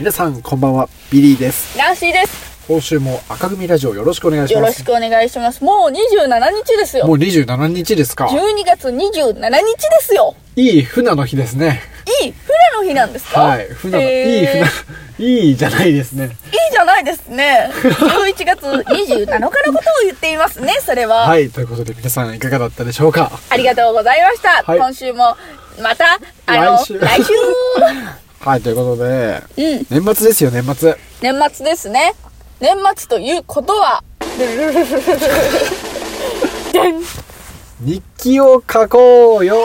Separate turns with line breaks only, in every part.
皆さんこんばんは、ビリーです。
ナンシーです。
今週も赤組ラジオよろしくお願いします。
よろしくお願いします。もう27日ですよ。
もう27日ですか。
12月27日ですよ。
いい船の日ですね。
いい船の日なんですか？
はい、船の、いい船、いいじゃないですね。
いいじゃないですね。11月27日のことを言っていますね、それは。
はい、ということで皆さんいかがだったでしょうか。
ありがとうございました。
はい、
今週もまた、
来週はい、ということで、
年
末ですよ、年末。
年末ですね。年末ということは、
日記を書こうよ。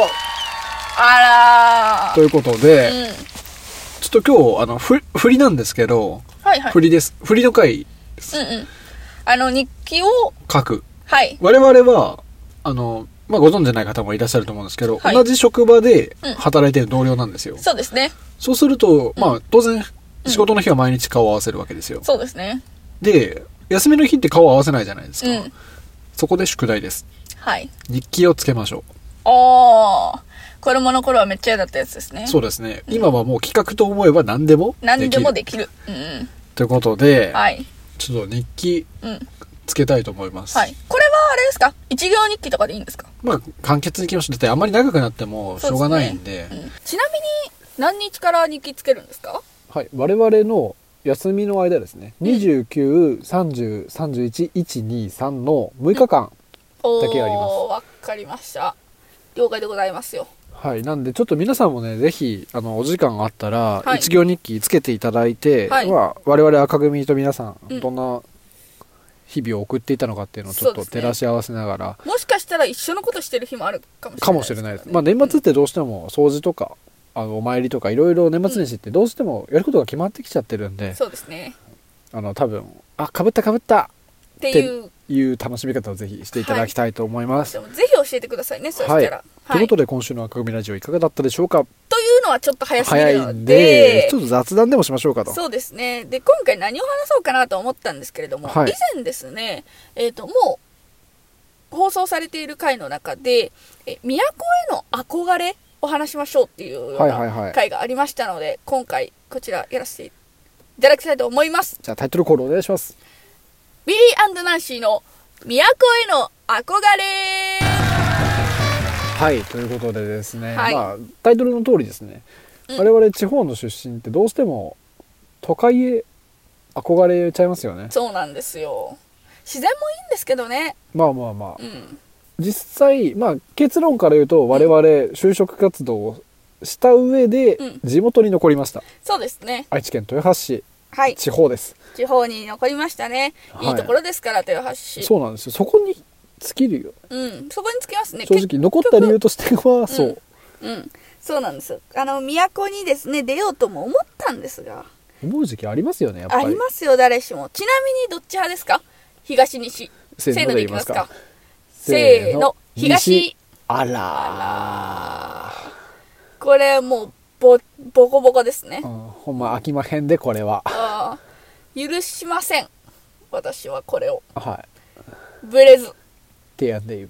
あらー。
ということで、ちょっと今日、振りなんですけど、
はいはい。
振りです。振りの回です。
日記を
書く。
はい。
我々は、ご存じない方もいらっしゃると思うんですけど、はい、同じ職場で働いている同僚なんですよ。
そうですね。
そうすると、当然、仕事の日は毎日顔を合わせるわけですよ。
そうですね。
で、休みの日って顔を合わせないじゃないですか。そこで宿題です。
はい。
日記をつけましょう。
子供の頃はめっちゃ嫌だったやつですね。
そうですね。今はもう企画と思えば何でも
できる。
ということで、
はい。
ちょっと日記、つけたいと思います。
はい。これはあれですか？一行日記とかでいいんですか？
簡潔にいきましょう。だってあんまり長くなってもしょうがないんで。
ちなみに何日から日記つけるんですか？
はい。我々の休みの間ですね。29、30、31、1、2、3の6日間だけあります。
わかりました。了解でございますよ。
はい。なんでちょっと皆さんもね、ぜひお時間があったら、一行日記つけていただいて、我々赤組と皆さん、どんな日々を送っていたのかっていうのをちょっと照らし合わせながら、
もしかしたら一緒のことしてる日もあるかもしれないですね。
年末ってどうしても掃除とかお参りとかいろいろ年末年始ってどうしてもやることが決まってきちゃってるんで、
そうですね。
多分かぶったっていう楽しみ方をぜひしていただきたいと思います。
ぜひ教えてくださいね。そしたら。
ということで今週の赤組ラジオいかがだったでしょうか。
というのはちょっと早すぎるので、
ちょっと雑談でもしましょうかと。
そうですね。で、今回何を話そうかなと思ったんですけれども、以前ですね、もう放送されている回の中で、都への憧れを話しましょうっていうような回がありましたので、今回こちらやらせていただきたいと思います。
じゃあタイトルコールお願いします。
ビリー&ナンシーの都への憧れ。
はい、ということでですね、タイトルの通りですね、我々地方の出身ってどうしても都会へ憧れちゃいますよね。
そうなんですよ。自然もいいんですけどね。
実際結論から言うと我々就職活動をした上で地元に残りました。
そうですね。
愛知県豊橋市、地方です。
地方に残りましたね。いいところですから、豊橋市。
そうなんですよ。そこに尽きるよ。
そこに尽きますね。
正直残った理由としてはそう。
そうなんですよ。都にですね出ようとも思ったんですが。
思う時期ありますよね、やっぱり。
ありますよ、誰しも。ちなみにどっち派ですか？東西。せーのでいきますか。せーの、東。
あら
ー。これもうボコボコですね。
ほんま飽きまへんで、これは。
許しません。私はこれを。
ブ
レず。
提案で言う。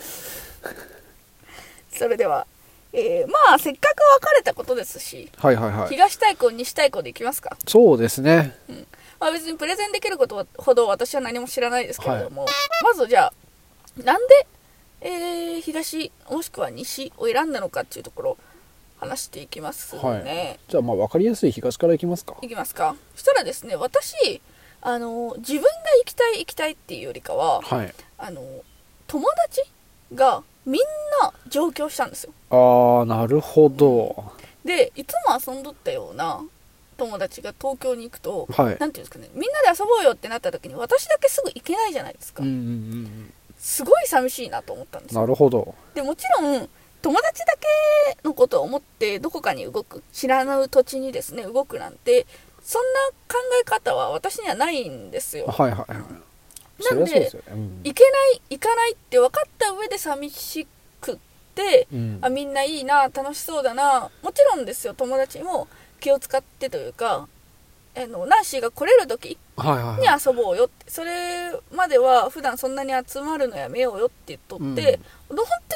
それでは、せっかく別れたことですし、東対抗西対抗でいきますか。
そうですね。
別にプレゼンできることほど私は何も知らないですけれども、まずじゃあなんで、東もしくは西を選んだのかっていうところを話していきますね。
じゃあ分かりやすい東からいきますか。
いきますか。そしたらですね、私自分が行きたいっていうよりかは、友達がみんな上京したんですよ。
なるほど。
で、いつも遊んどったような友達が東京に行くと、なんていうんですかね、みんなで遊ぼうよってなった時に私だけすぐ行けないじゃないですか。すごい寂しいなと思ったんですよ。
なるほど。
でもちろん友達だけのことを思ってどこかに動く、知らぬ土地にですね動くなんて、そんな考え方は私にはないんですよ。なんで、行かないって分かった上で寂しくって、みんないいな、楽しそうだな、もちろんですよ、友達も気を使ってというか、ナンシーが来れる時に遊ぼうよって、それまでは普段そんなに集まるのやめようよって言っとって、本当に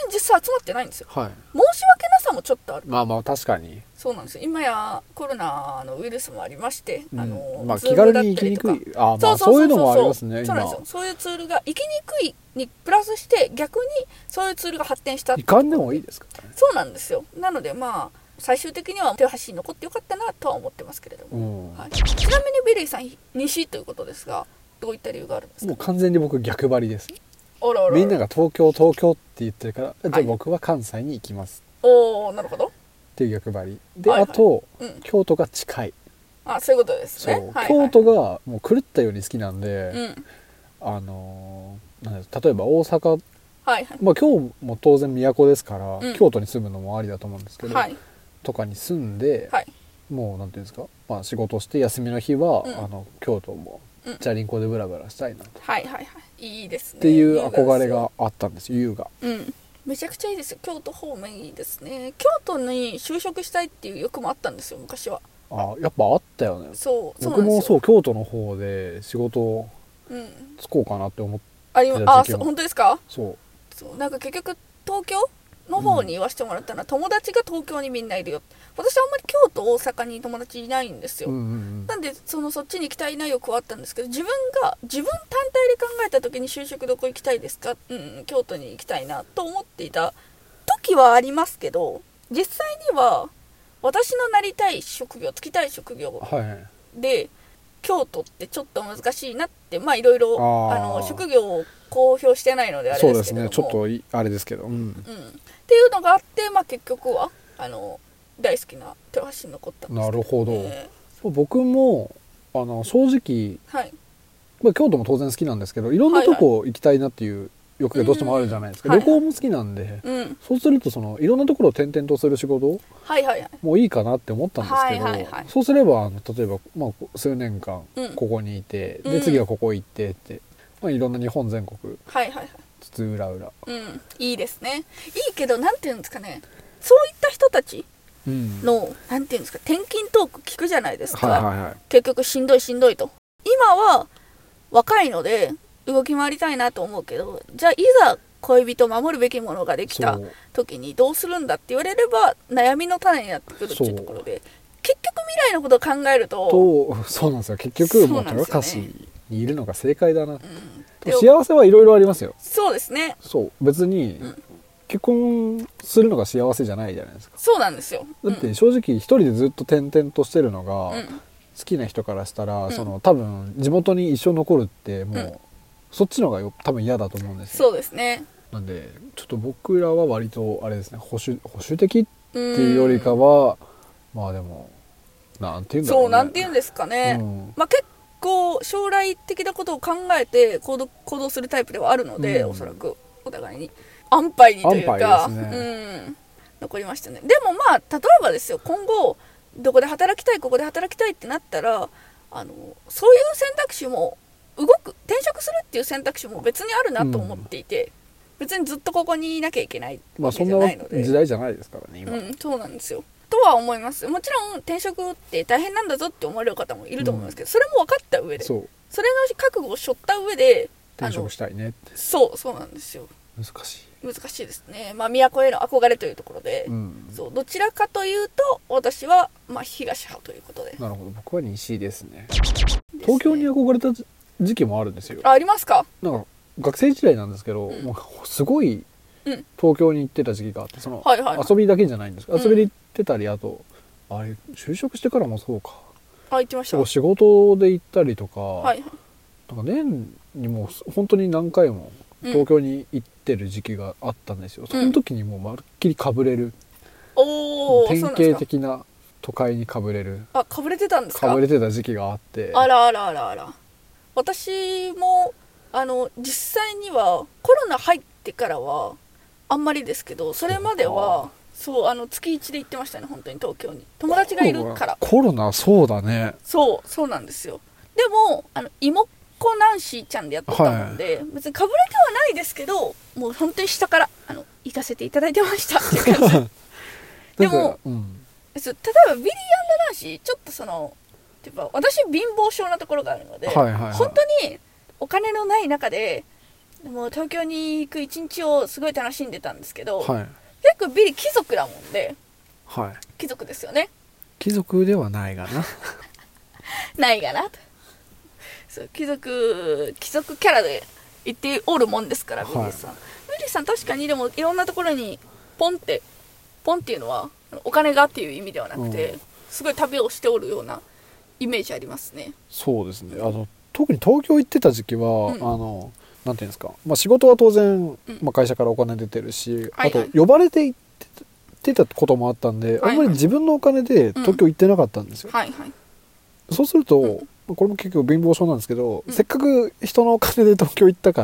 実際集まってないんですよ、
はい、
申し訳なさもちょっとある。
まあまあ確かに
そうなんですよ。今やコロナのウイルスもありまして、
まあ気軽に行きにくい、まあそういうのもありますね。
そうなんですよ。そういうツールが行きにくいにプラスして逆にそういうツールが発展したって
行かんでもいいですかね。
そうなんですよ。なのでまあ最終的には豊橋に残ってよかったなとは思ってますけれども、はい、ちなみにビリーさん西ということですが、どういった理由があるんですか？
もう完全に僕逆張りです。
あらあら、
みんなが東京って言ってるから、じゃあ僕は関西に行きます、
おお、なるほど
っていう逆張りで、あと、京都が近い、
そういうことですね。
京都がもう狂ったように好きなんで、なん例えば大阪、まあ今日も当然都ですから、京都に住むのもありだと思うんですけど、とかに住んで、もうなんていうんですか、まあ仕事して休みの日は、京都もチャリンコでブラブラしたいなと、
いいですね
っていう憧れがあったんですよ、優雅。
めちゃくちゃいいですよ。京都方面いいですね。京都に就職したいっていう欲もあったんですよ、昔は。
やっぱあったよね。僕も京都の方で仕事をつこうかなって思ってた時期も。
本当ですか？
そう
なんか結局東京の方に言わせてもらったのは、友達が東京にみんないるよ。私あんまり京都大阪に友達いないんですよ、なんでそっちに行きたいな欲はあったんですけど、自分単体で考えた時に就職どこ行きたいですか、京都に行きたいなと思っていた時はありますけど、実際には私のなりたい職業、就きたい職業で、京都ってちょっと難しいなって、まあいろいろ職業を公表してないのであれですけれども、
そうですね、ちょっとあれですけど、
っていうのがあって、まあ結局は大好きな豊橋に残ったんです。
なるほど、僕も正直、まあ、京都も当然好きなんですけど、いろんなとこ行きたいなっていう欲がどうしてもあるじゃないですか、旅行も好きなんで、そうするといろんなところを転々とする仕事もういいかなって思ったんですけど、そうすれば例えば、まあ、数年間ここにいて、で次はここ行ってって、まあ、いろんな日本全国津々浦々、
いいですね。いいけどなんていうんですかね、そういった人たちの、なんていうんですか、転勤トーク聞くじゃないですか、結局しんどいと。今は若いので動き回りたいなと思うけど、じゃあいざ恋人、守るべきものができた時にどうするんだって言われれば悩みの種になってくるっていうところで、結局未来のことを考えると
そうなんですよ。結局もう豊橋にいるのが正解だな、幸せはいろいろありますよ。
そうですね。
別に、結婚するのが幸せじゃないじゃないですか。
そうなんですよ。
だって正直一人でずっと転々としてるのが、好きな人からしたら、多分地元に一生残るってもう、そっちの方が多分嫌だと思うんですよ。
そうですね。
なんでちょっと僕らは割とあれですね、保守的っていうよりかは、まあでもなんていうんだろうね。
なんていうんですかね。まあ結構将来的なことを考えて行動するタイプではあるので、おそらくお互いに安牌にというか、残りましたね。でもまあ例えばですよ、今後どこで働きたい、ここで働きたいってなったら、そういう選択肢も転職するっていう選択肢も別にあるなと思っていて、別にずっとここにいなきゃいけないわけじゃないので、
そんな時代じゃないですからね今。
そうなんですよとは思います。もちろん転職って大変なんだぞって思われる方もいると思いますけど、それも分かった上で、それの覚悟を背負った上で
転職したいねって。
そうなんですよ。難しいですね。まあ都への憧れというところで、どちらかというと私はまあ東派ということで。
なるほど、僕は西ですね。東京に憧れた時期もあるんですよ。
ありますか？
なんか学生時代なんですけど、もうすごい東京に行ってた時期があって、遊びだけじゃないんですけど、遊びに行ってたり、あとあれ就職してからもそうか、
行ってました。
仕事で行ったりとか、なんか年にもう本当に何回も東京に行ってる時期があったんですよ。その時にもうまるっきりかぶれる、典型的な都会にかぶれる、
かぶれてたんですか？
かぶれてた時期があって、
あら。私も実際にはコロナ入ってからはあんまりですけど、それまでは月1で行ってましたね、本当に東京に友達がいるから。
コロナそうだね。
そうなんですよ。でも妹っ子ナンシーちゃんでやってたもんで、別にかぶれてはないですけど、もう本当に下から行かせていただいてましたっていう感じでも、例えばビリー&ナンシーちょっと私貧乏症なところがあるので、本当にお金のない中ででも東京に行く一日をすごい楽しんでたんですけど、
はい、
結構ビリ貴族だもんで、
はい、
貴族ですよね。
貴族ではないがな
ないがなと。そう、貴族キャラで言っておるもんですから、ビリーさん、ビリーさん確かにでもいろんなところにポンっていうのはお金がっていう意味ではなくて、すごい旅をしておるようなイメージありますね。
そうですね。特に東京行ってた時期は、なんていうんですか、仕事は当然、会社からお金出てるし、あと呼ばれて行ってたこともあったんで、あんまり自分のお金で東京行ってなかったんですよ。そうすると、これも結局貧乏症なんですけど、せっかく人のお金で東京行ったから、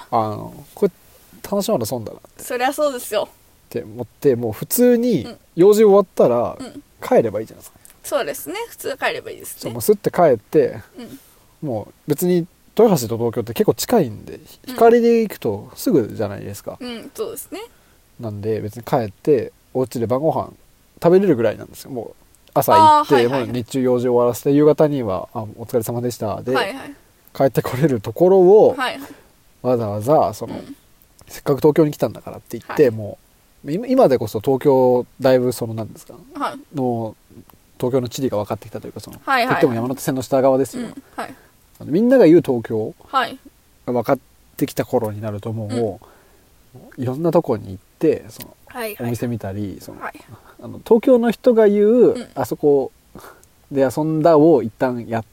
これ楽しまな損だなって。
そりゃそうですよ
って思って、もう普通に用事終わったら帰ればいいじゃないですか。
そうですね、普通帰ればいいですね。
もうスッて帰って、もう別に豊橋と東京って結構近いんで、光で行くとすぐじゃないですか。
そうですね。
なんで別に帰ってお家で晩ご飯食べれるぐらいなんですよ。もう朝行って、もう日中用事終わらせて、夕方にはお疲れ様でしたで、帰ってこれるところを、わざわざせっかく東京に来たんだからって言って、もう今でこそ東京だいぶなんですか、の東京の地理が分かってきたというか、といっても山手線の下側ですよ。みんなが言う東京が分かってきた頃になると、もういろんなとこに行ってお店見たり、東京の人が言う、あそこで遊んだを一旦やって、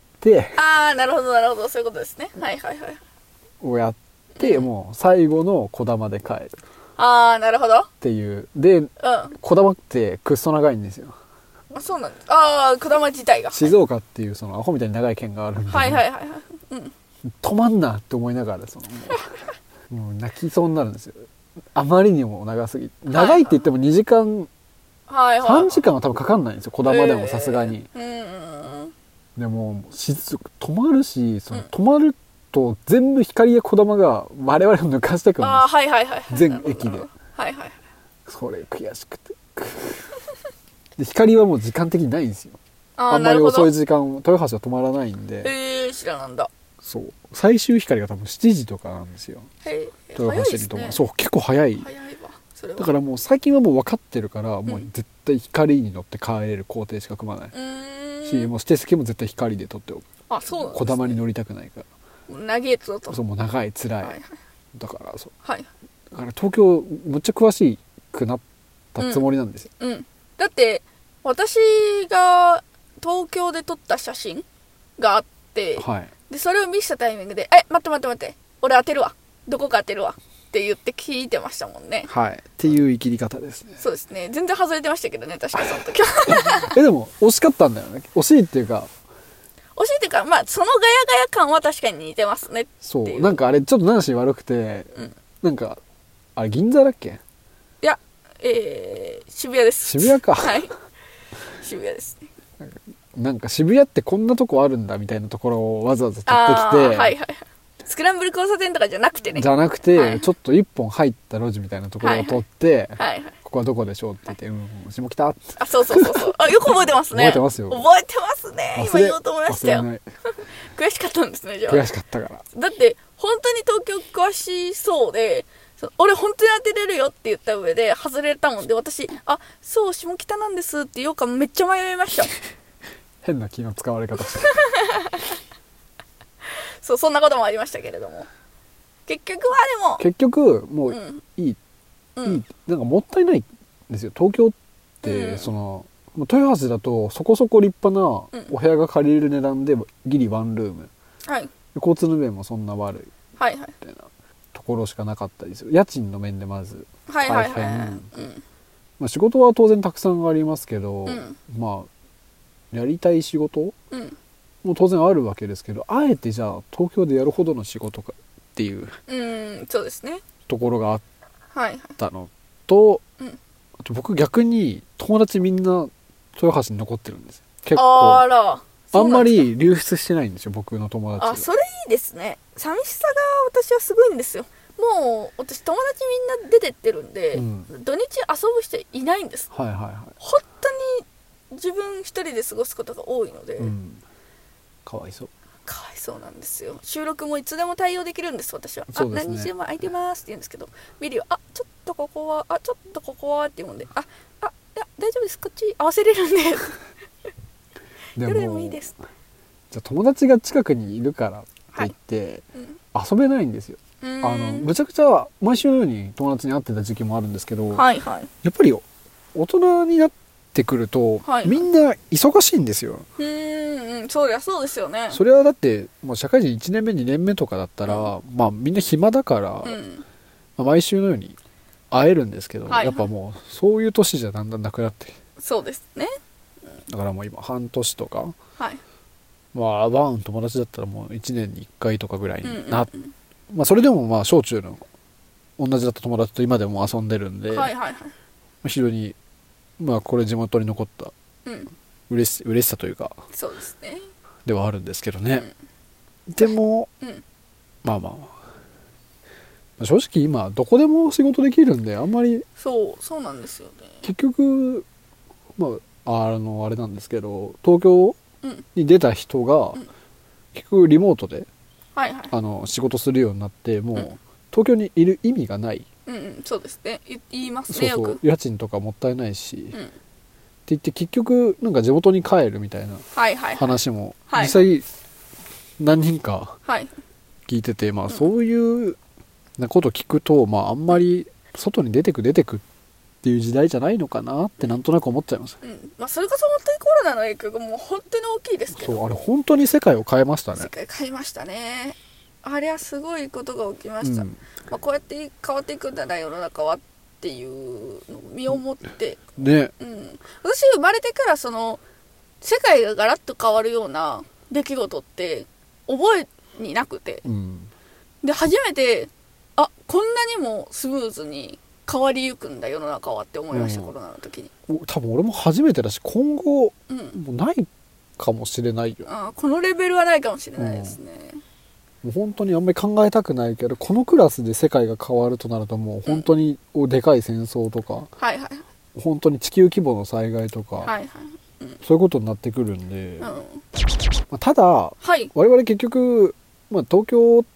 なるほどなるほど、そういうことですね。
をやって、もう最後のこだまで帰る。
なるほど。
っていうで、こだまってくっそ長いんですよ。
そうなんです。こだま自体が
静岡っていうアホみたいに長い県があるんで、止まんなって思いながらもう泣きそうになるんですよ。あまりにも長すぎて、長いって言っても2時間、3時間は多分かかんないんですよ、こだまでもさすがに。でも止まるし、止まると全部光やこだまが我々を抜かしてくるんです。全駅で。それ悔しくてで、光はもう時間的にないんですよ。あんまり遅い時間豊橋は止まらないんで。
知らなんだ。
そう最終光が多分7時とかなんですよ、豊橋に止まる。そう結構早い。だからもう最近はもう分かってるから、もう絶対光に乗って帰れる工程しか組まないし、もう指定席も絶対光で取っておく。
そうなんですね。
こだまに乗りたくないから。
長いぞと。
そう、もう長い辛い、だからだから東京むっちゃ詳しくなったつもりなんですよ。
だって私が東京で撮った写真があって、でそれを見せたタイミングで待って俺当てるわ、どこか当てるわって言って聞いてましたもんね。
っていう生きり方ですね。
そうですね。全然外れてましたけどね、確かその時は
でも惜しかったんだよね。惜しいっていうか
そのガヤガヤ感は確かに似てますね。
そうなんかあれちょっと話悪くて、なんかあれ銀座だっけ？
いや、渋谷です。
渋谷か。
渋谷ですね。
なんか渋谷ってこんなとこあるんだみたいなところをわざわざ取ってきて、
スクランブル交差点とかじゃなくてね。
ちょっと一本入った路地みたいなところを取って、ここはどこでしょうって言って、下北って。
そうよく覚えてますね。
覚えてますよ。
覚えてますね。今言おうと思いましたよ。悔しかったんですね、じゃあ。
悔しかったから。
だって本当に東京詳しそうで、俺本当に当てれるよって言った上で外れたもんで、私そう下北なんですって言おうかめっちゃ迷いました
変な気の使われ方して
そんなこともありましたけれども、結局
もういい、なんかもったいないんですよ。東京って、豊橋だとそこそこ立派なお部屋が借りれる値段でギリワンルーム、交通の便もそんな悪いみたいなところしかなかったりする。家賃の面でまず大変。仕事は当然たくさんありますけど、やりたい仕事も当然あるわけですけど、あえてじゃあ東京でやるほどの仕事かっていう
そうですね、
ところがあったのと、あと僕逆に友達みんな豊橋に残ってるんです。結構あんまり流出してないんですよ、僕の友達が。
それいいですね。寂しさが私はすごいんですよ。もう私友達みんな出てってるんで、土日遊ぶ人いないんです。本当に自分一人で過ごすことが多いので、
かわいそう
そうなんですよ。収録もいつでも対応できるんです私は。
そうですね、
何日でも空いてますって言うんですけど、ビリはちょっとここはちょっとここはって言うんで、いや大丈夫です、こっち合わせれるんで夜でもいいです。
じゃあ友達が近くにいるからって言って、遊べないんですよ。むちゃくちゃ毎週のように友達に会ってた時期もあるんですけど、
はいはい、
やっぱり大人になってくると、はいはい、みんな忙しいんですよ。
そうですよね。
それはだってもう社会人1年目2年目とかだったら、まあみんな暇だから、まあ、毎週のように会えるんですけど、はいはい、やっぱもうそういう年じゃだんだんなくなって。
そうですね。
だからもう今半年とか、
はい、
まあ会う友達だったらもう1年に1回とかぐらいになって、まあそれでもまあ小中の同じだった友達と今でも遊んでるんで、
はいはいはい、
非常にまあこれ地元に残った嬉しさというか、
そうですね、
ではあるんですけどね、でも、まあまあ正直今どこでも仕事できるんであんまり
そうなんですよね。
結局まああれなんですけど、東京に出た人が結局リモートで、はいはい、仕事するようになってもう東京にいる意味がない、
そうですね、言いますね。
そう家賃とかもったいないし、って言って結局なんか地元に帰るみたいな話も実際何人か聞いてて、まあそういうなこと聞くと、まああんまり外に出てくっていう時代じゃないのかなってなんとなく思っちゃいます。
まあそれこそ本当にコロナの影響がもう本当に大きいですけど、
そうあれ本当に世界を変えましたね。
世界変えましたね。あれはすごいことが起きました、まあ、こうやって変わっていくんだな世の中はっていうのを身をもってね、私生まれてからその世界がガラッと変わるような出来事って覚えになくて、で初めてこんなにもスムーズに変わりゆくんだ世の中はって思いました、コロナの時に。
多分俺も初めてだし今後、もうないかもしれないよ。
このレベルはないかもしれないですね、
もう本当にあんまり考えたくないけどこのクラスで世界が変わるとなるともう本当にでかい戦争とか、本当に地球規模の災害とか、そういうことになってくるんで、まあ、ただ、我々結局、まあ、東京って、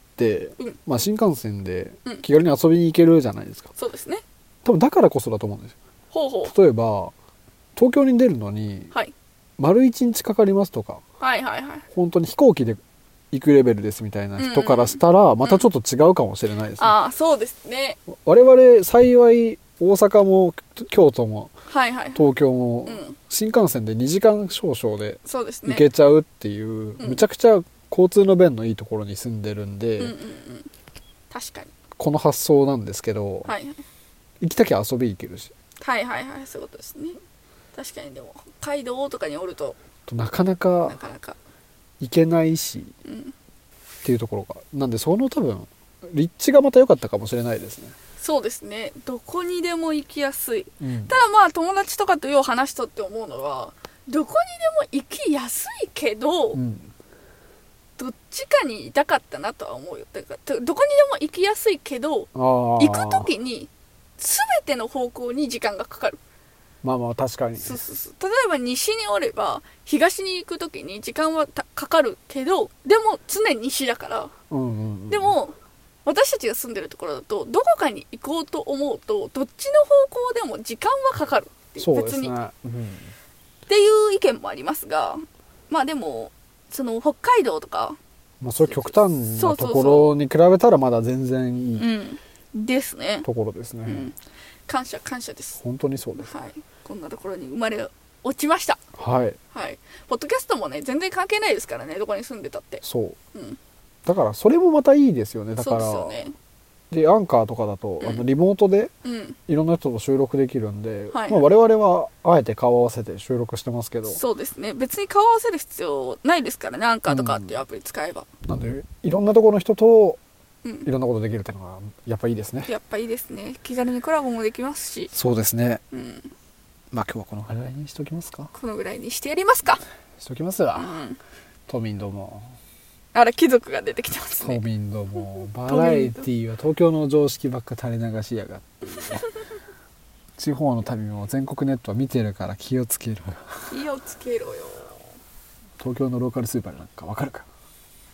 まあ、新幹線で気軽に遊びに行けるじゃないですか、
そうですね。
多分だからこそだと思うんですよ。例えば東京に出るのに、丸1日かかりますとか、本当に飛行機で行くレベルですみたいな人からしたらまたちょっと違うかもしれないですね。
そうですね。
我々幸い大阪も京都も、東京も、新幹線で2時間少々で行けちゃうっていう、むちゃくちゃ交通の便のいいところに住んでるんで、
確かに
この発想なんですけど、行きたきゃ遊び行けるし、
そういうことですね。確かに。でも北海道とかにおると
なかなか行けないし、っていうところがなんでその多分立地がまた良かったかもしれないですね。
そうですね。どこにでも行きやすい、ただまあ友達とかとよう話しとって思うのはどこにでも行きやすいけど、どっちかにいたかったなとは思うよ。だからどこにでも行きやすいけど行く時に全ての方向に時間がかかる。
まあまあ確かに。例
えば西におれば東に行く時に時間はかかるけどでも常に西だから、でも私たちが住んでるところだとどこかに行こうと思うとどっちの方向でも時間はかかるっていう、
そうですね、別に、
っていう意見もありますが、まあでもその北海道とか、
まあ、そういう極端なところに比べたらまだ全然いい、
ですね、
ところですね、
感謝です。
本当にそうです、
こんなところに生まれ落ちました。ポッドキャストもね全然関係ないですからね、どこに住んでたって。
だからそれもまたいいですよね。だからでアンカーとかだと、リモートでいろんな人と収録できるんで、まあ、我々はあえて顔合わせて収録してますけど、
そうですね、別に顔合わせる必要ないですからね、アンカーとかっていうアプリ使えば、
なんでいろんなところの人といろんなことできるっていうのがやっぱいいですね。
やっぱいいですね。気軽にコラボもできますし。
そうですね、まあ今日はこのぐらいにしときますか。
このぐらいにしてやりますか。
しときますわ、都民ども。
あら貴族が出てきてますね。
都民どもバラエティーは東京の常識ばっか垂れ流しやがって地方の旅も全国ネットは見てるから気をつけろよ。
気をつけろよ。
東京のローカルスーパーなんかわかるか。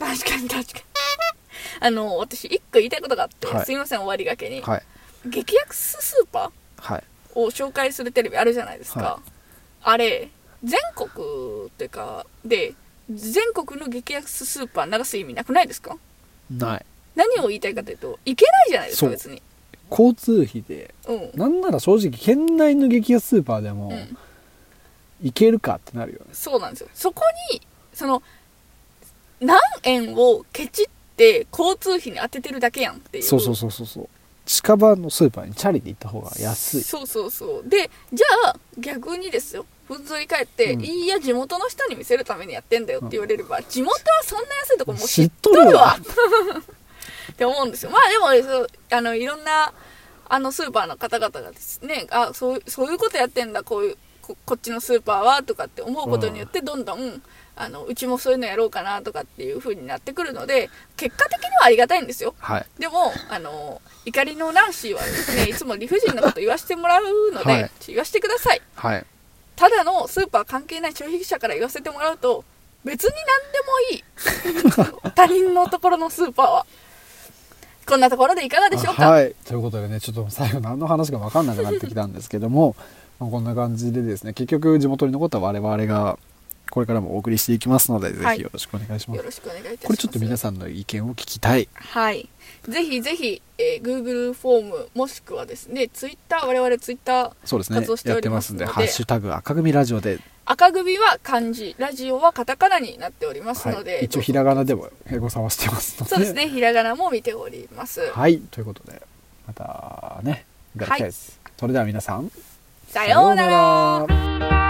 確かに私一個言いたいことがあって、
はい、
すいません終わりがけに、
はい、
激安スーパーを紹介するテレビあるじゃないですか、はい、あれ全国っていうかで全国の激安スーパー流す意味なくないですか？
ない。
何を言いたいかというと、いけないじゃないですか別に。
交通費で、なんなら正直県内の激安スーパーでも、いけるかってなるよね。
そうなんですよ。そこにその何円をケチって交通費に当ててるだけやんっていう。
そう近場のスーパーにチャリで行った方が安い。
そうで、じゃあ逆にですよ、普通に帰って、いや地元の人に見せるためにやってんだよって言われれば、地元はそんな安いとこもう知っとるわって思うんですよ。まあでもいろんなスーパーの方々がですね、そういうことやってんだ、こっちのスーパーはとかって思うことによって、どんどんうちもそういうのやろうかなとかっていう風になってくるので、結果的にはありがたいんですよ、
はい、
でも怒りのナンシーはですね、いつも理不尽なこと言わせてもらうので、言わせてください、
はい、
ただのスーパー関係ない消費者から言わせてもらうと、別に何でもいい他人のところのスーパーは。こんなところでいかがでしょうか。
はい、ということでね、ちょっと最後何の話か分かんなくなってきたんですけどもこんな感じでですね、結局地元に残った我々がこれからもお送りしていきますので、ぜひよろしくお願いします。
よろしくお願いいたします。
これちょっと皆さんの意見を聞きたい。
はい。ぜひぜひ、Google フォームもしくはですね、Twitter、我々 Twitter 活動しておりますので、
やってますんで、ハッシュタグ赤組ラジオで。
赤組は漢字、ラジオはカタカナになっておりますので、
一応ひらがなでも英語探してますので。
そうですね、ひらがなも見ております。
はい、ということでまたね、いただきたいです。それでは皆さん、
さようなら。